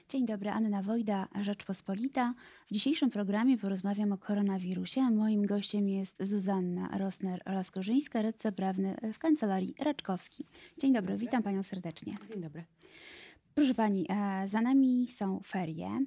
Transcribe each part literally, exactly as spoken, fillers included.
Dzień dobry, Anna Wojda, Rzeczpospolita. W dzisiejszym programie porozmawiam o koronawirusie, a moim gościem jest Zuzanna Rosner-Laskorzyńska, radca prawny w Kancelarii Raczkowski. Dzień dobry, witam Panią serdecznie. Dzień dobry. Proszę Pani, za nami są ferie.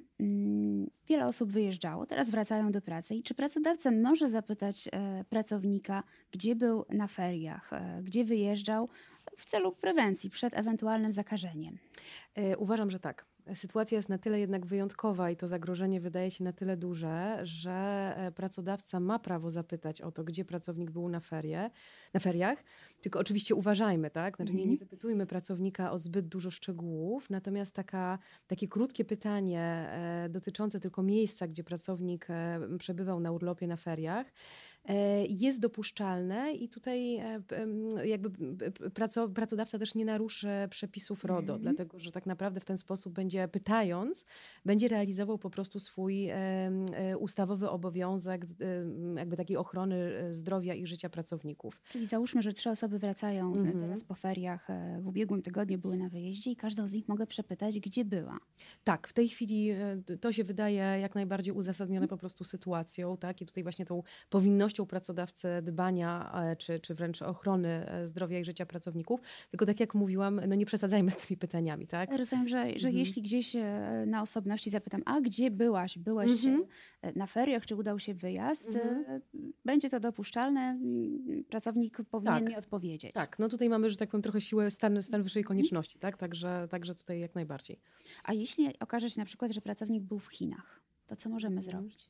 Wiele osób wyjeżdżało, teraz wracają do pracy. I czy pracodawca może zapytać pracownika, gdzie był na feriach, gdzie wyjeżdżał w celu prewencji przed ewentualnym zakażeniem? Uważam, że tak. Sytuacja jest na tyle jednak wyjątkowa i to zagrożenie wydaje się na tyle duże, że pracodawca ma prawo zapytać o to, gdzie pracownik był na ferie, na feriach. Tylko oczywiście uważajmy, tak? Znaczy nie, nie wypytujmy pracownika o zbyt dużo szczegółów, natomiast taka, takie krótkie pytanie e, dotyczące tylko miejsca, gdzie pracownik e, przebywał na urlopie, na feriach, e, jest dopuszczalne i tutaj e, e, jakby praco, pracodawca też nie naruszy przepisów RODO, mm. dlatego że tak naprawdę w ten sposób będzie pytając, będzie realizował po prostu swój e, e, ustawowy obowiązek e, jakby takiej ochrony zdrowia i życia pracowników. Czyli załóżmy, że trzy osoby wracają Mhm. teraz po feriach, w ubiegłym tygodniu były na wyjeździe i każdą z nich mogę przepytać, gdzie była. Tak, w tej chwili to się wydaje jak najbardziej uzasadnione po prostu sytuacją, tak? I tutaj właśnie tą powinnością pracodawcy dbania, czy, czy wręcz ochrony zdrowia i życia pracowników. Tylko tak jak mówiłam, no nie przesadzajmy z tymi pytaniami, tak? Rozumiem, że, że Mhm. jeśli gdzieś na osobności zapytam, a gdzie byłaś? Byłaś Mhm. na feriach, czy udał się wyjazd? Mhm. Będzie to dopuszczalne? Pracownik powinien Tak. mi odpowiedzieć. Tak, no tutaj mamy, że tak powiem, trochę siłę, stan, stan wyższej konieczności, tak? Także, także tutaj jak najbardziej. A jeśli okaże się na przykład, że pracownik był w Chinach, to co możemy mhm. zrobić?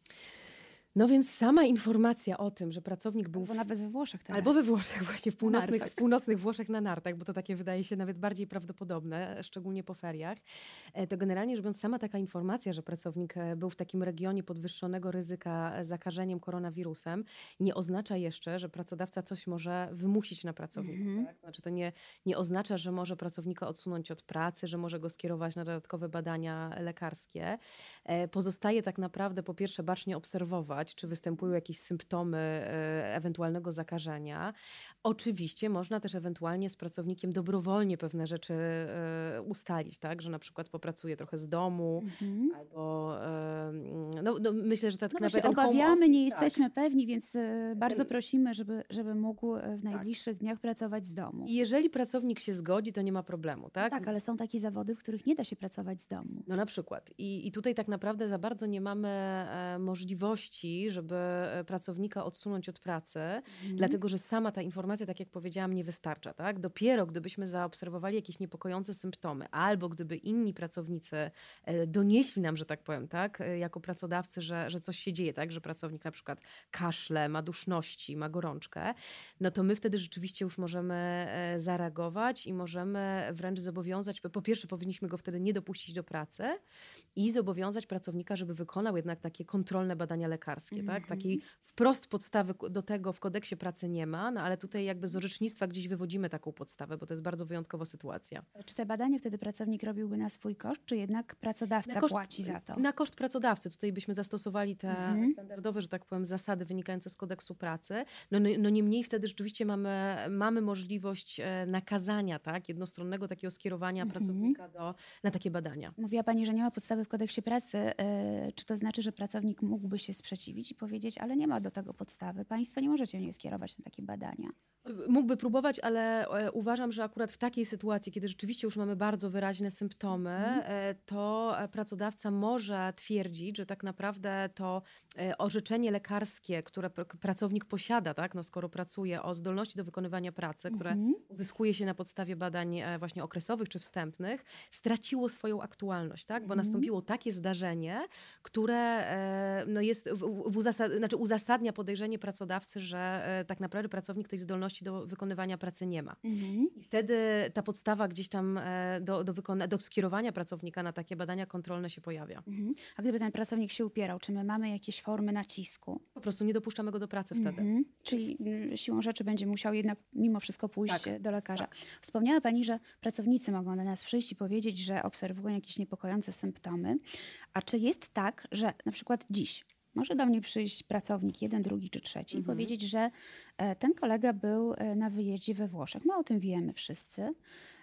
No więc sama informacja o tym, że pracownik był... Albo w... nawet we Włoszech teraz. Albo we Włoszech, właśnie w północnych, w północnych Włoszech na nartach, bo to takie wydaje się nawet bardziej prawdopodobne, szczególnie po feriach. To generalnie rzecz biorąc, sama taka informacja, że pracownik był w takim regionie podwyższonego ryzyka zakażeniem koronawirusem, nie oznacza jeszcze, że pracodawca coś może wymusić na pracowniku. Mm-hmm. Tak? Znaczy to nie, nie oznacza, że może pracownika odsunąć od pracy, że może go skierować na dodatkowe badania lekarskie. Pozostaje tak naprawdę po pierwsze bacznie obserwować, czy występują jakieś symptomy e, ewentualnego zakażenia. Oczywiście można też ewentualnie z pracownikiem dobrowolnie pewne rzeczy e, ustalić, tak? Że na przykład popracuje trochę z domu, mm-hmm. albo e, no, no, myślę, że tak no naprawdę obawiamy, office, nie tak. jesteśmy pewni, więc e, bardzo prosimy, żeby, żeby mógł w najbliższych tak. dniach pracować z domu. I jeżeli pracownik się zgodzi, to nie ma problemu, tak? No tak, ale są takie zawody, w których nie da się pracować z domu. No na przykład. I, i tutaj tak naprawdę za bardzo nie mamy e, możliwości, żeby pracownika odsunąć od pracy, mm. dlatego że sama ta informacja, tak jak powiedziałam, nie wystarcza. Tak? Dopiero gdybyśmy zaobserwowali jakieś niepokojące symptomy, albo gdyby inni pracownicy donieśli nam, że tak powiem, tak, jako pracodawcy, że, że coś się dzieje, tak, że pracownik na przykład kaszle, ma duszności, ma gorączkę, no to my wtedy rzeczywiście już możemy zareagować i możemy wręcz zobowiązać, po pierwsze powinniśmy go wtedy nie dopuścić do pracy i zobowiązać pracownika, żeby wykonał jednak takie kontrolne badania lekarskie. Mm. Tak? Takiej wprost podstawy do tego w kodeksie pracy nie ma, no ale tutaj jakby z orzecznictwa gdzieś wywodzimy taką podstawę, bo to jest bardzo wyjątkowa sytuacja. Czy te badania wtedy pracownik robiłby na swój koszt, czy jednak pracodawca koszt, płaci za to? Na koszt pracodawcy. Tutaj byśmy zastosowali te mhm. standardowe, że tak powiem, zasady wynikające z kodeksu pracy. No, no, no niemniej wtedy rzeczywiście mamy, mamy możliwość nakazania, tak, jednostronnego takiego skierowania mhm. pracownika do, na takie badania. Mówiła Pani, że nie ma podstawy w kodeksie pracy. Yy, czy to znaczy, że pracownik mógłby się sprzeciwić i powiedzieć, ale nie ma do tego podstawy. Państwo nie możecie mnie skierować na takie badania. Mógłby próbować, ale uważam, że akurat w takiej sytuacji, kiedy rzeczywiście już mamy bardzo wyraźne symptomy, mm. to pracodawca może twierdzić, że tak naprawdę to orzeczenie lekarskie, które pracownik posiada, tak, no skoro pracuje, o zdolności do wykonywania pracy, które mm. uzyskuje się na podstawie badań właśnie okresowych czy wstępnych, straciło swoją aktualność, tak, bo mm. nastąpiło takie zdarzenie, które no jest w, w uzasad- znaczy uzasadnia podejrzenie pracodawcy, że tak naprawdę pracownik tej zdolności do wykonywania pracy nie ma. Mhm. I wtedy ta podstawa gdzieś tam do, do, wykona- do skierowania pracownika na takie badania kontrolne się pojawia. Mhm. A gdyby ten pracownik się upierał, czy my mamy jakieś formy nacisku? Po prostu nie dopuszczamy go do pracy wtedy. Mhm. Czyli siłą rzeczy będzie musiał jednak mimo wszystko pójść tak. do lekarza. Tak. Wspomniała Pani, że pracownicy mogą do nas przyjść i powiedzieć, że obserwują jakieś niepokojące symptomy. A czy jest tak, że na przykład dziś może do mnie przyjść pracownik, jeden, drugi czy trzeci, mhm. i powiedzieć, że ten kolega był na wyjeździe we Włoszech. My o tym wiemy wszyscy.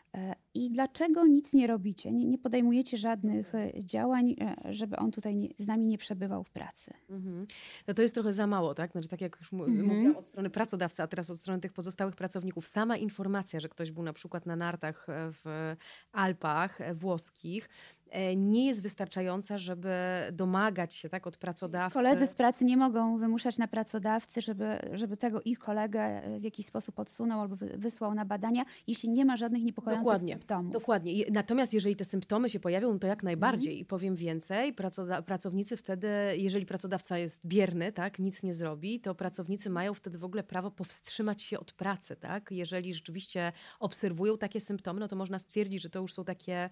I dlaczego nic nie robicie? Nie, nie podejmujecie żadnych e, działań, e, żeby on tutaj nie, z nami nie przebywał w pracy? Mhm. No to jest trochę za mało, tak? Znaczy, tak jak już mu- Mhm. mówiłam od strony pracodawcy, a teraz od strony tych pozostałych pracowników, sama informacja, że ktoś był na przykład na nartach e, w Alpach e, włoskich, e, nie jest wystarczająca, żeby domagać się tak od pracodawcy. Koledzy z pracy nie mogą wymuszać na pracodawcy, żeby, żeby tego ich kolegę e, w jakiś sposób odsunął albo wy- wysłał na badania, jeśli nie ma żadnych niepokojących Dokładnie, symptomów. dokładnie. Je- Natomiast jeżeli te symptomy się pojawią, no to jak najbardziej. Mhm. I powiem więcej, pracoda- pracownicy wtedy, jeżeli pracodawca jest bierny, tak, nic nie zrobi, to pracownicy mają wtedy w ogóle prawo powstrzymać się od pracy, tak? Jeżeli rzeczywiście obserwują takie symptomy, no to można stwierdzić, że to już są takie,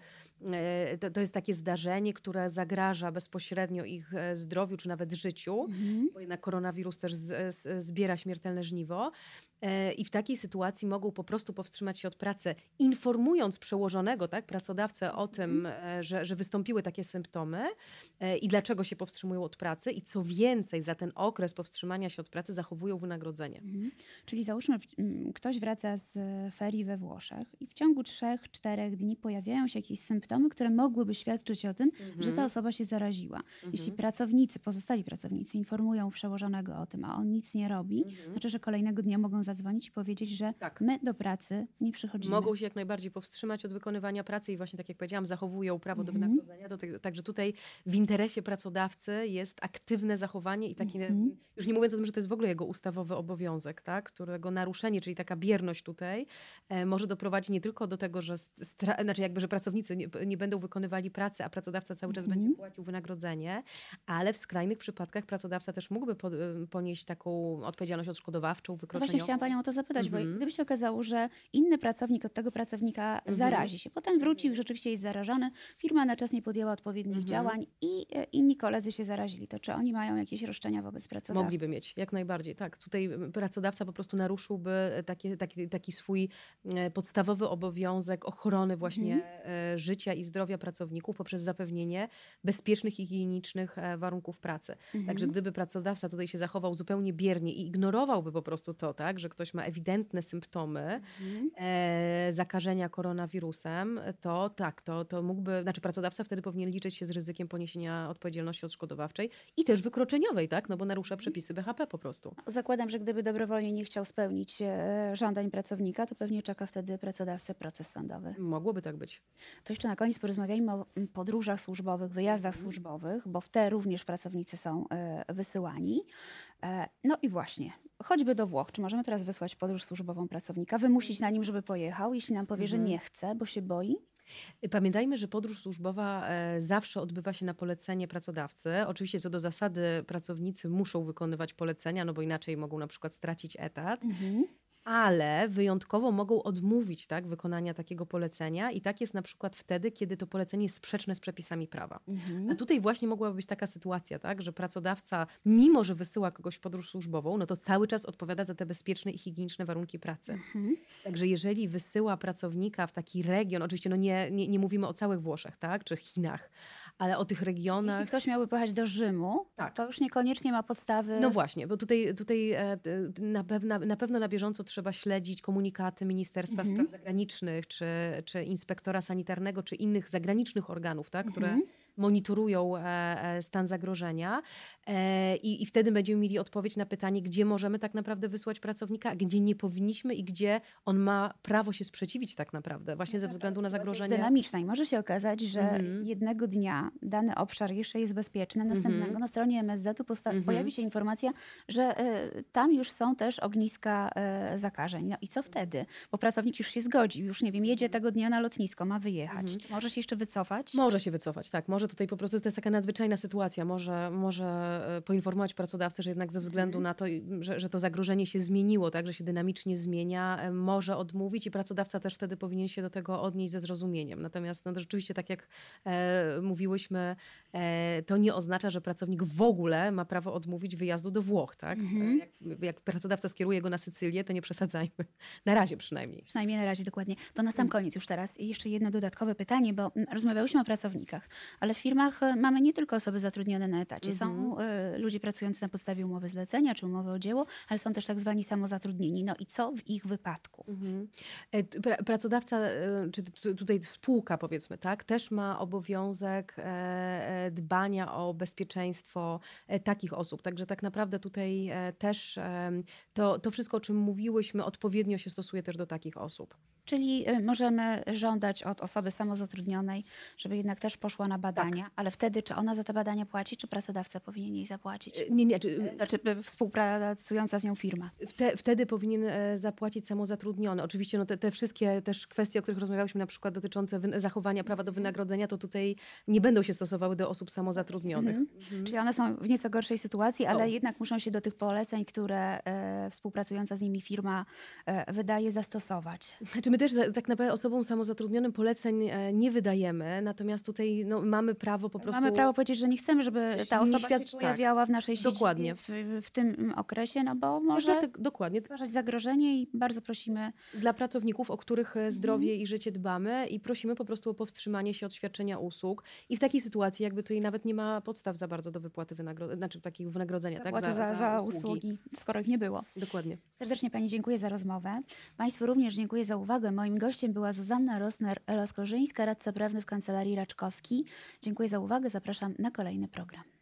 e, to, to jest takie zdarzenie, które zagraża bezpośrednio ich e, zdrowiu, czy nawet życiu, Mhm. bo jednak koronawirus też z, z, zbiera śmiertelne żniwo. E, I w takiej sytuacji mogą po prostu powstrzymać się od pracy, informując przełożonego, tak, pracodawcę o tym, e, że, że wystąpiły takie symptomy e, i dlaczego się powstrzymują od pracy. I co więcej, za ten okres powstrzymania się od pracy zachowują wynagrodzenie. Mhm. Czyli załóżmy, w- m, ktoś wraca z e, ferii we Włoszech i w ciągu trzech, czterech dni pojawiają się jakieś symptomy, które mogłyby świadczyć o tym, że ta osoba się zaraziła. Jeśli Mhm. pracownicy, pozostali pracownicy informują przełożonego o tym, a on nic nie robi, Mhm. znaczy, że kolejnego dnia mogą zadzwonić i powiedzieć, że Tak. my do pracy nie przychodzimy. Mogą się jak najbardziej powstrzymać od wykonywania pracy i właśnie tak jak powiedziałam, zachowują prawo do Mhm. wynagrodzenia. Do tego, także tutaj w interesie pracodawcy jest aktywne zachowanie i takie, Mhm. już nie mówiąc o tym, że to jest w ogóle jego ustawowy obowiązek, tak, którego naruszenie, czyli taka bierność tutaj e, może doprowadzić nie tylko do tego, że, stra- znaczy jakby, że pracownicy nie, nie będą wykonywali pracy, a pracodawca cały czas Mhm. będzie płacił wynagrodzenie, ale w skrajnych przypadkach pracodawca też mógłby po, ponieść taką odpowiedzialność odszkodowawczą, No Właśnie wykroczeniową. chciałam panią o to zapytać, bo Mhm. gdyby się okazało, że inny pracownik od tego pracownika Mhm. zarazi się, potem wrócił i rzeczywiście jest zarażony, firma na czas nie podjęła odpowiednich Mhm. działań i e, inni koledzy się zarazili, to czy oni mają jakieś roszczenia wobec pracodawcy? Mogliby mieć, jak najbardziej, tak. Tutaj m, pracodawca po prostu naruszyłby e, takie, taki, taki swój e, podstawowy obowiązek ochrony właśnie Mhm. e, życia i zdrowia pracowników poprzez zapewnienie bezpiecznych i higienicznych e, warunków pracy. Także Mhm. gdyby pracodawca tutaj się zachował zupełnie biernie i ignorowałby po prostu to, tak, że ktoś ma ewidentne symptomy Mhm. e, zakażenia koronawirusem, to tak, to, to mógłby, znaczy pracodawca wtedy powinien liczyć się z ryzykiem poniesienia odpowiedzialności odszkodowawczej i też wykroczeniowej, tak, no bo narusza przepisy B H P po prostu. Zakładam, że gdyby dobrowolnie nie chciał spełnić e, żądań pracownika, to pewnie czeka wtedy pracodawcę proces sądowy. Mogłoby tak być. To jeszcze na koniec porozmawiajmy o mm, podróżach służbowych, wyjazdach służbowych, bo w te również pracownicy są e, wysyłani. E, No i właśnie, choćby do Włoch. Czy możemy teraz wysłać podróż służbową pracownika, wymusić na nim, żeby pojechał, jeśli nam powie, że Mhm. nie chce, bo się boi? Pamiętajmy, że podróż służbowa e, zawsze odbywa się na polecenie pracodawcy. Oczywiście co do zasady pracownicy muszą wykonywać polecenia, no bo inaczej mogą na przykład stracić etat. Mhm. Ale wyjątkowo mogą odmówić tak, wykonania takiego polecenia i tak jest na przykład wtedy, kiedy to polecenie jest sprzeczne z przepisami prawa. Mhm. A tutaj właśnie mogłaby być taka sytuacja, tak, że pracodawca, mimo że wysyła kogoś w podróż służbową, no to cały czas odpowiada za te bezpieczne i higieniczne warunki pracy. Mhm. Także jeżeli wysyła pracownika w taki region, oczywiście no nie, nie, nie mówimy o całych Włoszech, tak, czy Chinach, ale o tych regionach. Jeśli ktoś miałby pojechać do Rzymu, Tak. to już niekoniecznie ma podstawy. No właśnie, bo tutaj, tutaj e, t- na, pewno, na pewno na bieżąco trzeba śledzić komunikaty Ministerstwa Mhm. Spraw Zagranicznych, czy, czy inspektora sanitarnego, czy innych zagranicznych organów, tak, które Mhm. monitorują e, e, stan zagrożenia e, i, i wtedy będziemy mieli odpowiedź na pytanie, gdzie możemy tak naprawdę wysłać pracownika, a gdzie nie powinniśmy i gdzie on ma prawo się sprzeciwić tak naprawdę, właśnie ze względu na Sytuacja jest zagrożenie. dynamiczna i może się okazać, że Mhm. jednego dnia dany obszar jeszcze jest bezpieczny, następnego Mhm. na stronie M S Z-u posta- Mhm. pojawi się informacja, że y, tam już są też ogniska y, zakażeń. No i co wtedy? Bo pracownik już się zgodził, już nie wiem, jedzie tego dnia na lotnisko, ma wyjechać. Mhm. Czy może się jeszcze wycofać? Może się wycofać, tak. Może tutaj po prostu to jest taka nadzwyczajna sytuacja. Może, może e, poinformować pracodawcę, że jednak ze względu Mhm. na to, i- że, że to zagrożenie się zmieniło, tak, że się dynamicznie zmienia, e, może odmówić i pracodawca też wtedy powinien się do tego odnieść ze zrozumieniem. Natomiast no, to rzeczywiście, tak jak e, mówiłyśmy, e, to nie oznacza, że pracownik w ogóle ma prawo odmówić wyjazdu do Włoch. Tak? Mhm. E, jak, jak pracodawca skieruje go na Sycylię, to nie przesadzajmy. Na razie przynajmniej. Przynajmniej na razie dokładnie. To na sam koniec już teraz jeszcze jedno dodatkowe pytanie, bo mm, rozmawiałyśmy o pracownikach, ale w firmach e, mamy nie tylko osoby zatrudnione na etacie. Mhm. Są e, ludzie pracujący na podstawie umowy zlecenia czy umowy o dzieło, ale są też tak zwani samozatrudnieni. No i co w ich wypadku? Mhm. E, t- pra- Pracodawca, e, czy t- tutaj spółka powiedzmy, tak, też ma obowiązek e, e, dbania o bezpieczeństwo e, takich osób. Także tak naprawdę tutaj e, też em, to, to wszystko, o czym mówiłyśmy, odpowiednio się stosuje też do takich osób. Czyli e, możemy żądać od osoby samozatrudnionej, żeby jednak też poszła na badania, ale wtedy czy ona za te badania płaci, czy pracodawca powinien jej zapłacić? E, Nie, nie, czy, E, Znaczy e, współpracująca z nią firma. Wte, wtedy powinien e, zapłacić samozatrudniony. Oczywiście no, te, te wszystkie też kwestie, o których rozmawiałyśmy, na przykład dotyczące wyn- zachowania prawa do wynagrodzenia, to tutaj nie będą się stosowały do osób samozatrudnionych. Mhm. Mhm. Czyli one są w nieco gorszej sytuacji, Są. ale jednak muszą się do tych poleceń, które e, współpracująca z nimi firma e, wydaje, zastosować. Znaczy my też za- tak naprawdę osobom samozatrudnionym poleceń e, nie wydajemy, natomiast tutaj no, mamy prawo po prostu... Mamy prawo powiedzieć, że nie chcemy, żeby ta Nie osoba świadczy- się pojawiała w naszej siedzibie Dokładnie. w, w tym okresie, no bo Też może dlatego- dokładnie. stwarzać zagrożenie i bardzo prosimy. Dla pracowników, o których e, zdrowie i życie dbamy i prosimy po prostu o powstrzymanie się od świadczenia usług. I w takiej sytuacji jakby tutaj nawet nie ma podstaw za bardzo do wypłaty wynagrodzenia, znaczy takiego wynagrodzenia, tak? Zapłacę za, za usługi, skoro ich nie było. Dokładnie. Serdecznie Pani dziękuję za rozmowę. Państwu również dziękuję za uwagę. Moim gościem była Zuzanna Rosner-Laskorzyńska, radca prawny w Kancelarii Raczkowski. Dziękuję za uwagę. Zapraszam na kolejny program.